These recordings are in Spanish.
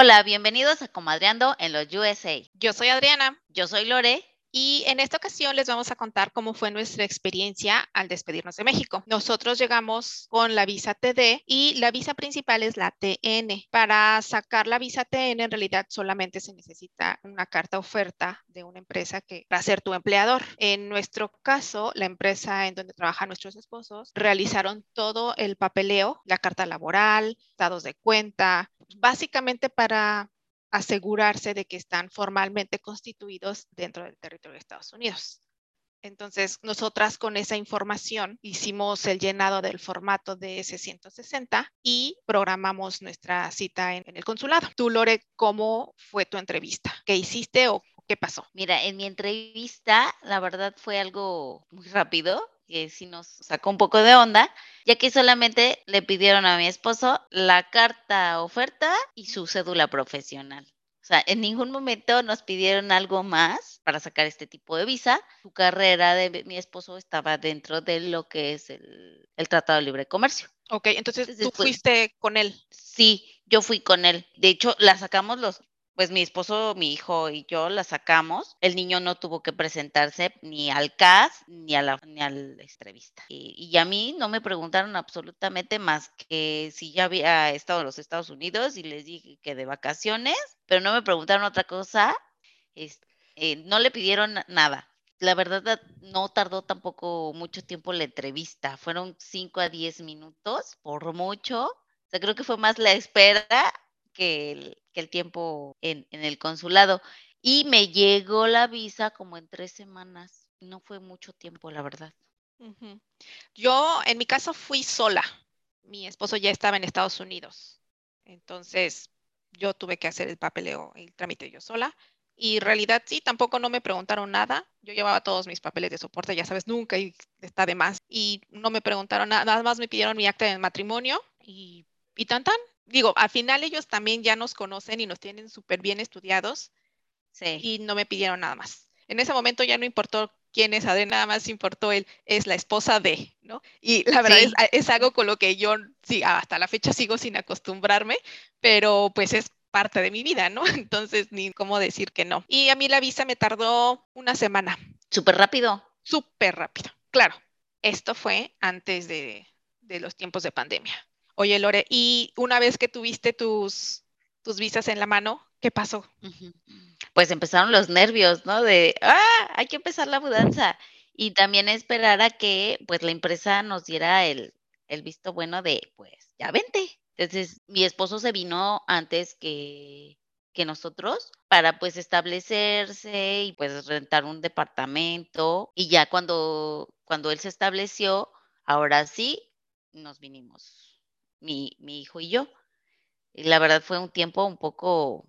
Hola, bienvenidos a Comadreando en los USA. Yo soy Adriana Yo soy Lore. y en esta ocasión les vamos a contar cómo fue nuestra experiencia al despedirnos de México. Nosotros llegamos con la visa TD y la visa principal es la TN. Para sacar la visa TN en realidad solamente se necesita una carta oferta de una empresa que va a ser tu empleador. En nuestro caso, la empresa en donde trabajan nuestros esposos realizaron todo el papeleo, la carta laboral, estados de cuenta, básicamente para asegurarse de que están formalmente constituidos dentro del territorio de Estados Unidos. Entonces, nosotras con esa información hicimos el llenado del formato de S-160 y programamos nuestra cita en el consulado. Tú, Lore, ¿cómo fue tu entrevista? ¿Qué hiciste o qué pasó? Mira, en mi entrevista, la verdad fue algo muy rápido, que sí nos sacó un poco de onda, ya que solamente le pidieron a mi esposo la carta oferta y su cédula profesional. O sea, en ningún momento nos pidieron algo más para sacar este tipo de visa. Su carrera de mi esposo estaba dentro de lo que es el Tratado de Libre Comercio. Ok, entonces tú Entonces, pues, fuiste con él. sí, yo fui con él. De hecho, la sacamos pues mi esposo, mi hijo y yo la sacamos. El niño no tuvo que presentarse ni al CAS ni a la entrevista. Y a mí no me preguntaron absolutamente más que si ya había estado en los Estados Unidos y les dije que de vacaciones, pero no me preguntaron otra cosa. es- no le pidieron nada. La verdad, no tardó tampoco mucho tiempo la entrevista. Fueron 5 a 10 minutos, por mucho. O sea, creo que fue más la espera que el tiempo en el consulado. Y me llegó la visa como en 3 semanas. No fue mucho tiempo, la verdad. Ujú. Yo, en mi caso, fui sola. Mi esposo ya estaba en Estados Unidos. Entonces, yo tuve que hacer el papeleo, el trámite yo sola. Y en realidad, sí, tampoco no me preguntaron nada. Yo llevaba todos mis papeles de soporte, ya sabes, nunca y está de más. Y no me preguntaron nada, nada más me pidieron mi acta de matrimonio y tan tan. Digo, al final ellos también ya nos conocen y nos tienen súper bien estudiados Sí, y no me pidieron nada más. En ese momento ya no importó quién es Adriana, nada más importó él, es la esposa de, ¿no? Y la verdad sí. es algo con lo que yo sí, hasta la fecha sigo sin acostumbrarme, pero pues es parte de mi vida, ¿no? Entonces, ni cómo decir que no. Y a mí la visa me tardó una semana, Súper rápido. súper rápido. Claro, esto fue antes de los tiempos de pandemia. Oye, Lore, y una vez que tuviste tus visas en la mano, ¿qué pasó? Ujú. Pues empezaron los nervios, ¿no? Hay que empezar la mudanza. Y también esperar a que, pues, la empresa nos diera el visto bueno de, pues, ya vente. Entonces, mi esposo se vino antes que nosotros para, pues, establecerse y, pues, rentar un departamento. Y ya cuando él se estableció, ahora sí nos vinimos, mi hijo y yo. Y la verdad fue un tiempo un poco,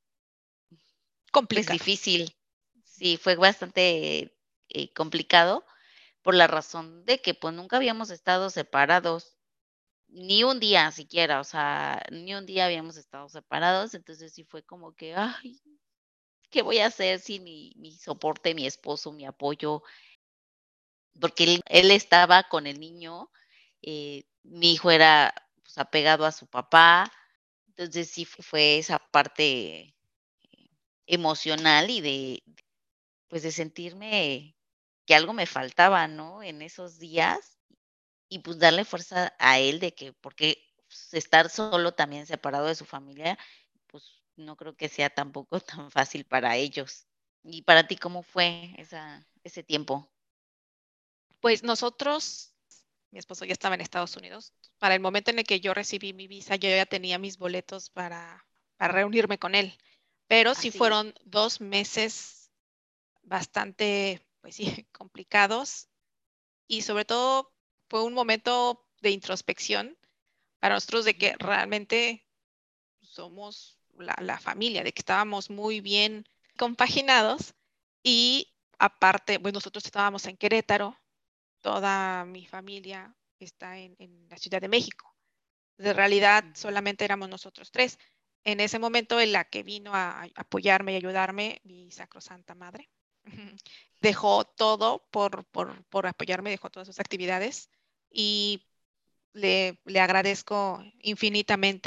pues, Complicado. difícil. Sí, fue bastante, complicado por la razón de que, pues, nunca habíamos estado separados, ni un día siquiera, o sea, ni un día habíamos estado separados, entonces sí fue como que: "Ay, ¿qué voy a hacer sin mi soporte, mi esposo, mi apoyo?". Porque él estaba con el niño, mi hijo era, pues, apegado a su papá, entonces sí fue esa parte, eh, emocional y pues, de sentirme que algo me faltaba, ¿no? En esos días, y, pues, darle fuerza a él de que porque, pues, estar solo también separado de su familia, pues, no creo que sea tampoco tan fácil para ellos. ¿Y para ti cómo fue ese tiempo? Pues nosotros, mi esposo ya estaba en Estados Unidos. Para el momento en el que yo recibí mi visa, yo ya tenía mis boletos para reunirme con él. Pero sí ¿Así? fueron 2 meses bastante, pues sí, complicados. Y sobre todo fue un momento de introspección para nosotros de que Ujú. realmente somos la familia, de que estábamos muy bien compaginados. Y aparte, pues nosotros estábamos en Querétaro, toda mi familia está en la Ciudad de México. De realidad, Ujú. solamente éramos nosotros tres. En ese momento, en la que vino a apoyarme y ayudarme, mi sacrosanta madre, dejó todo por apoyarme, dejó todas sus actividades y le agradezco infinitamente.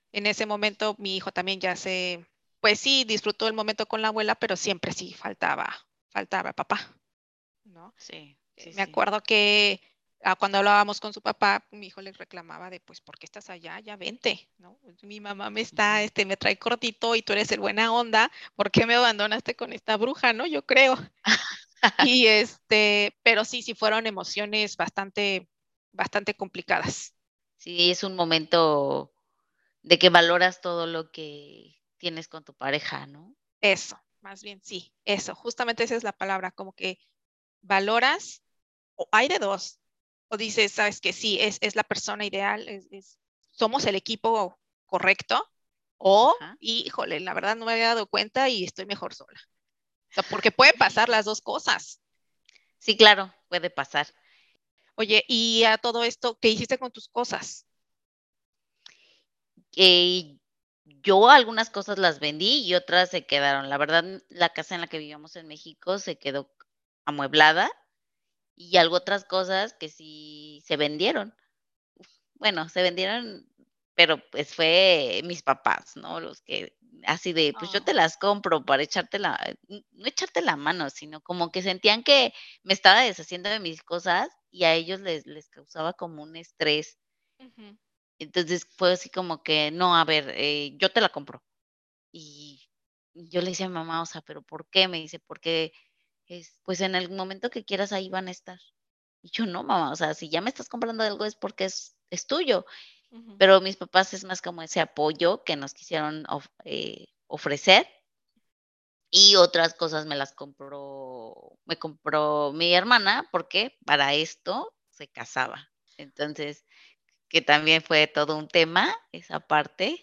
En ese momento mi hijo también pues sí, disfrutó el momento con la abuela, pero siempre sí faltaba papá, ¿no? Sí, sí, Me sí. acuerdo que cuando hablábamos con su papá, mi hijo le reclamaba de, pues, ¿por qué estás allá? Ya vente, ¿no? Pues, mi mamá Ujú. me trae cortito y tú eres el buena onda, ¿por qué me abandonaste con esta bruja, no? Yo creo. Y pero sí fueron emociones bastante complicadas. Sí, es un momento de que valoras todo lo que tienes con tu pareja, ¿no? Eso, más bien sí, eso, justamente esa es la palabra, como que valoras, o hay de dos, o dices, sabes que sí, es la persona ideal, somos el equipo correcto, o, Ajá. híjole, la verdad no me había dado cuenta y estoy mejor sola. O sea, porque puede pasar las dos cosas. Sí, claro, puede pasar. Oye, y a todo esto, ¿qué hiciste con tus cosas? Eh, yo algunas cosas las vendí y otras se quedaron. La verdad, la casa en la que vivíamos en México se quedó amueblada y algo otras cosas que sí se vendieron. Bueno, se vendieron, pero, pues, fue mis papás, ¿no? Los que así de, pues, yo te Oh, las compro para echarte no echarte la mano, sino como que sentían que me estaba deshaciendo de mis cosas y a ellos les causaba como un estrés. ujú, Entonces, fue así como que: "No, a ver, yo te la compro". Y yo le decía a mi mamá: "O sea, ¿pero por qué?". Me dice: "Porque, pues, en el momento que quieras ahí van a estar". Y yo: "No, mamá, o sea, si ya me estás comprando algo es porque es tuyo". ujú, Pero mis papás es más como ese apoyo que nos quisieron ofrecer, y otras cosas me compró mi hermana, porque para esto se casaba. Entonces, que también fue todo un tema esa parte,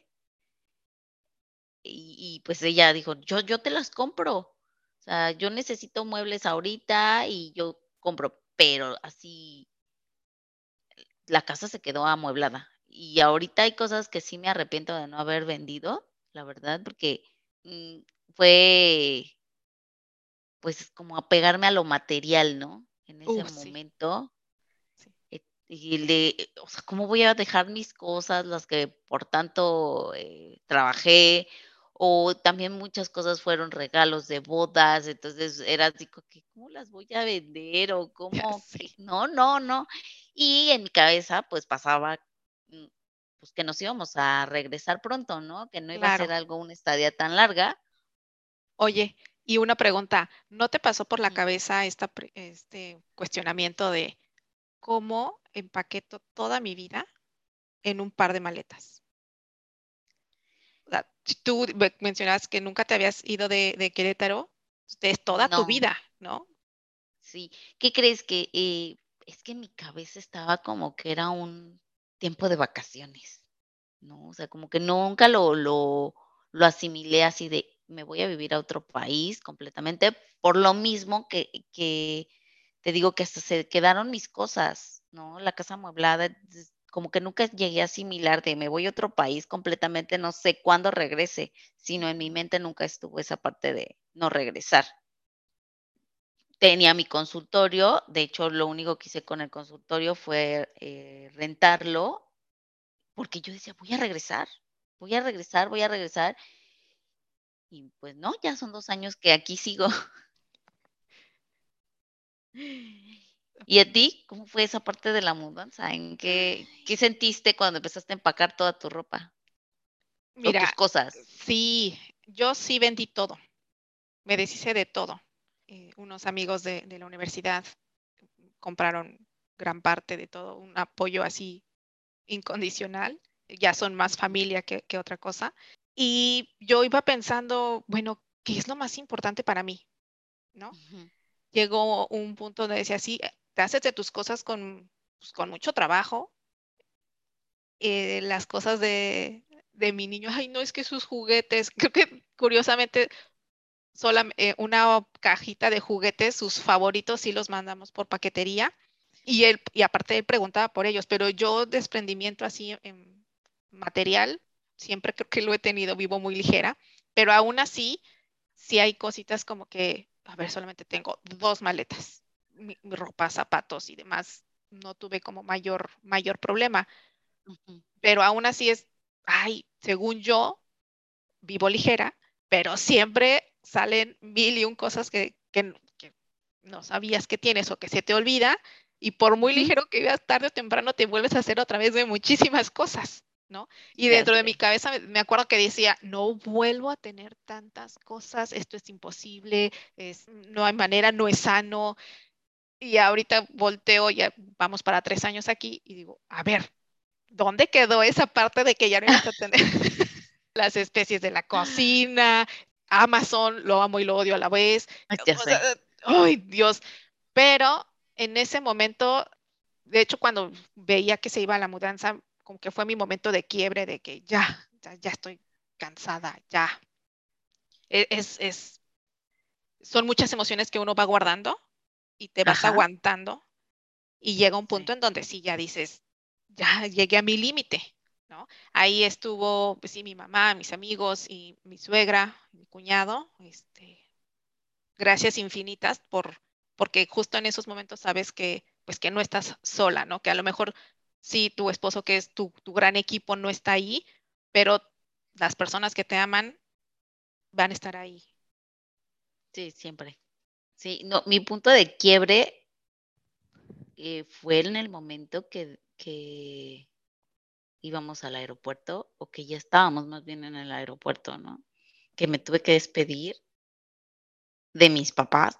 pues ella dijo: "Yo te las compro, o sea, yo necesito muebles ahorita y yo compro", pero así la casa se quedó amueblada. Y ahorita hay cosas que sí me arrepiento de no haber vendido, la verdad, porque, mm, fue, pues, como apegarme a lo material, ¿no? En ese sí, momento, sí. o sea, ¿cómo voy a dejar mis cosas, las que por tanto, trabajé? O también muchas cosas fueron regalos de bodas, entonces era así como que, ¿cómo las voy a vender? O Ya cómo sé, que no, no, no. Y en mi cabeza, pues, pasaba, mm, pues, que nos íbamos a regresar pronto, ¿no? Que no iba a claro. ser algo, una estadía tan larga. Oye, y una pregunta, ¿no te pasó por la Ujú. cabeza este cuestionamiento de cómo empaqueto toda mi vida en un par de maletas? O sea, si tú mencionabas que nunca te habías ido de Querétaro, es toda tu No. vida, ¿no? Sí, ¿qué crees? Que, es que en mi cabeza estaba como que era un tiempo de vacaciones, ¿no? O sea, como que nunca lo asimilé así de, me voy a vivir a otro país completamente, por lo mismo que te digo que hasta se quedaron mis cosas, ¿no? La casa amueblada, entonces, como que nunca llegué a asimilar de me voy a otro país completamente, no sé cuándo regrese, sino en mi Ujú. mente nunca estuvo esa parte de no regresar. Tenía mi consultorio, de hecho, lo único que hice con el consultorio fue, rentarlo, porque yo decía: "Voy a regresar, voy a regresar, voy a regresar", y pues no, ya son 2 años que aquí sigo. ¿Y a ti? ¿Cómo fue esa parte de la mudanza? ¿En qué sentiste cuando empezaste a empacar toda tu ropa o tus Mira, cosas? sí, yo sí vendí todo, me deshice de todo. Unos amigos de la universidad compraron gran parte de todo, un apoyo así incondicional, ya son más Ujú, familia que otra cosa. Y yo iba pensando, bueno, ¿qué es lo más importante para mí? ¿No? ujú, Llegó un punto donde decía, sí, te haces de tus cosas pues, con mucho trabajo, las cosas de mi niño, ay, no, es que sus juguetes, creo que curiosamente una cajita de juguetes, sus favoritos sí los mandamos por paquetería y aparte él preguntaba por ellos, pero yo desprendimiento así en material, siempre creo que lo he tenido, vivo muy ligera, pero aún así, sí hay cositas como que, a ver, solamente tengo dos maletas, mi ropa, zapatos y demás, no tuve como mayor problema, ujú. pero aún así es, ay, según yo, vivo ligera, pero siempre salen mil y un cosas que no sabías que tienes o que se te olvida, y por muy Ujú. ligero que vivas, tarde o temprano te vuelves a hacer otra vez de muchísimas cosas, ¿no? Y Ya dentro de mi sé. cabeza me acuerdo que decía, no vuelvo a tener tantas cosas, esto es imposible, no hay manera, no es sano. Y ahorita volteo, ya vamos para 3 años aquí y digo, a ver, ¿dónde quedó esa parte de que ya no ibas a tener las especies de la cocina? Amazon, lo amo y lo odio a la vez. Ya O sea, sé. ¡ay, Dios! Pero en ese momento, de hecho, cuando veía que se iba la mudanza, como que fue mi momento de quiebre, de que ya estoy cansada, ya. Son muchas emociones que uno va guardando y te vas Ajá. aguantando, y llega un punto Sí. en donde sí ya dices, ya llegué a mi límite, ¿no? Ahí estuvo, pues sí, mi mamá, mis amigos y mi suegra, mi cuñado, gracias infinitas porque justo en esos momentos sabes que, pues que no estás sola, ¿no? Que a lo mejor sí, tu esposo, que es tu gran equipo, no está ahí, pero las personas que te aman van a estar ahí. Sí, siempre. Sí, no, mi punto de quiebre, fue en el momento que íbamos al aeropuerto, o que ya estábamos más bien en el aeropuerto, ¿no? Que me tuve que despedir de mis papás,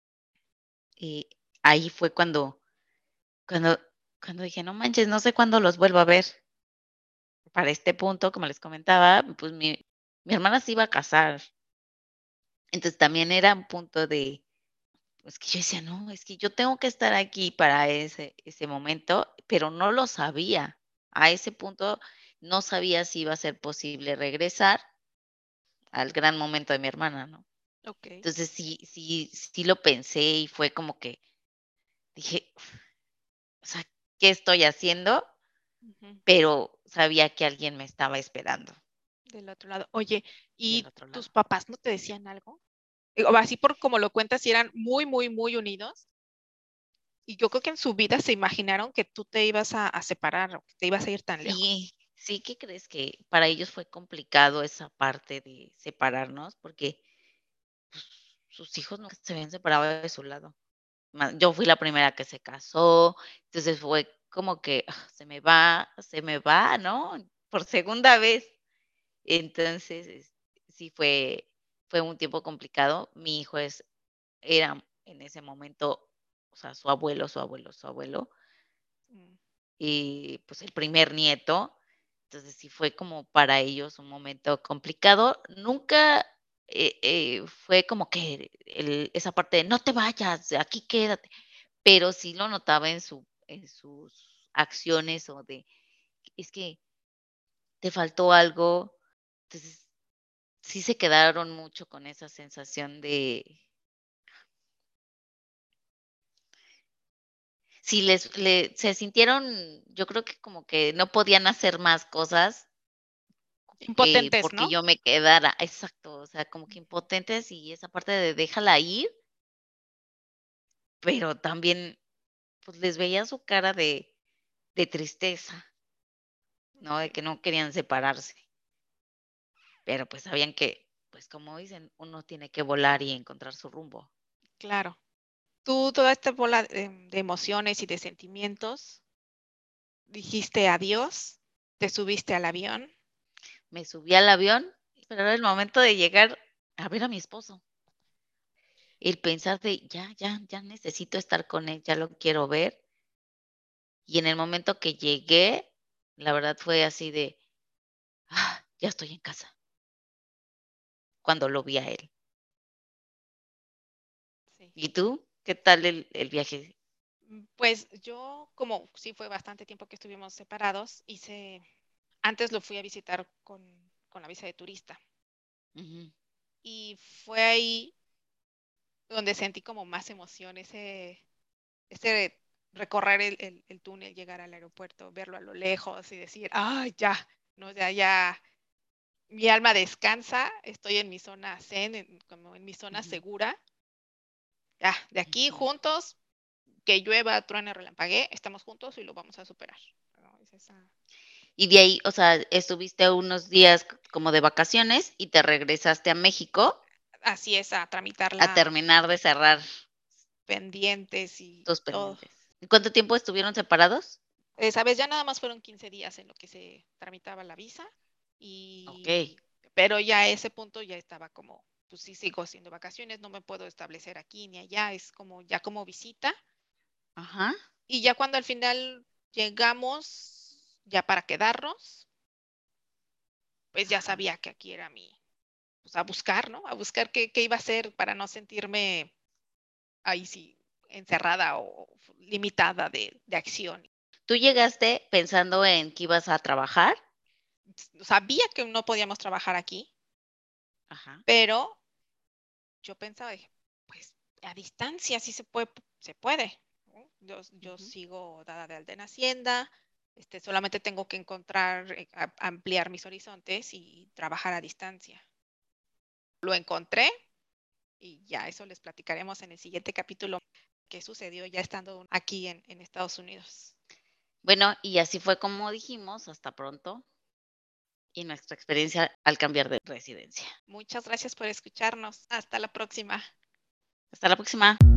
y ahí fue cuando cuando dije: "No manches, no sé cuándo los vuelvo a ver". Para este punto, como les comentaba, pues mi hermana se iba a casar. Entonces, también era un punto de, pues, que yo decía: "No, es que yo tengo que estar aquí para ese momento", pero no lo sabía. A ese punto, no sabía si iba a ser posible regresar al gran momento de mi hermana, ¿no? Ok. Entonces, sí lo pensé, y fue como que dije: "O sea, ¿qué estoy haciendo?", Ujú. pero sabía que alguien me estaba esperando Del otro lado. Oye, del ¿y otro tus lado. papás no te decían algo? O así por como lo cuentas, si eran muy, muy, muy unidos. Y yo creo que en su vida se imaginaron que tú te ibas a separar o que te ibas a ir tan lejos. Sí, sí, ¿qué crees? Que para ellos fue complicado esa parte de separarnos, porque, pues, sus hijos nunca se habían separado de su lado. Yo fui la primera que se casó, entonces fue como que se me va, ¿no? Por segunda vez. Entonces, sí fue un tiempo complicado. Mi hijo era en ese momento, o sea, su abuelo, Mm. y, pues, el primer nieto. Entonces, sí fue como para ellos un momento complicado. Nunca, fue como que esa parte de: "No te vayas, aquí quédate", pero sí lo notaba en sus acciones, o de: "Es que te faltó algo". Entonces, sí se quedaron mucho con esa sensación de, sí, se sintieron, yo creo que como que no podían hacer más cosas, Impotentes, porque ¿no? yo me quedara, exacto, o sea, como que impotentes, y esa parte de déjala ir, pero también, pues, les veía su cara de tristeza, ¿no? De Ok, que no querían separarse, pero, pues, sabían que, pues, como dicen, uno tiene que volar y encontrar su rumbo. claro. Tú, toda esta bola de emociones y de sentimientos, dijiste adiós, te subiste al avión. Me subí al avión, pero era el momento de llegar a ver a mi esposo. El pensar de ya necesito estar con él, ya lo quiero ver. Y en el momento que llegué, la verdad fue así de, ya estoy en casa, cuando lo vi a él. Sí. ¿Y tú? ¿Qué tal el viaje? Pues yo, como sí fue bastante tiempo que estuvimos separados, antes lo fui a visitar con la visa de turista. Ujú, Y fue ahí donde sentí como más emoción, ese recorrer el túnel, llegar al aeropuerto, verlo a lo lejos y decir, ya, no, ya, mi alma descansa, estoy en mi zona zen, como en mi zona ujú, segura. Ya, de aquí ujú. juntos, que llueva, truene, relampaguee, estamos juntos y lo vamos a superar, ¿no? Es esa. Y de ahí, o sea, estuviste unos días como de vacaciones y te regresaste a México Así es, a tramitar a terminar de cerrar pendientes y tus todo. pendientes. ¿Y cuánto tiempo estuvieron separados? Esa vez ya nada más fueron 15 días en lo que se tramitaba la visa, Okey. pero ya a ese punto ya estaba como, pues sí sigo haciendo vacaciones, no me puedo establecer aquí ni allá, es como ya como visita. Ajá. Y ya cuando al final llegamos, ya para quedarnos, pues ya Ajá. sabía que aquí era pues a buscar, ¿no? A buscar qué iba a hacer para no sentirme ahí sí encerrada o limitada de acción. ¿Tú llegaste pensando en que ibas a trabajar? Sabía que no podíamos trabajar aquí, Ajá. pero yo pensaba, dije, pues a distancia sí se puede, ¿no? Yo Ujú. sigo dada de alta en Hacienda, solamente tengo que encontrar, ampliar mis horizontes y trabajar a distancia. Lo encontré y ya eso les platicaremos en el siguiente capítulo qué sucedió ya estando aquí en Estados Unidos. Bueno, y así fue como dijimos, hasta pronto, y nuestra experiencia al cambiar de residencia. Muchas gracias por escucharnos. Hasta la próxima. Hasta la próxima.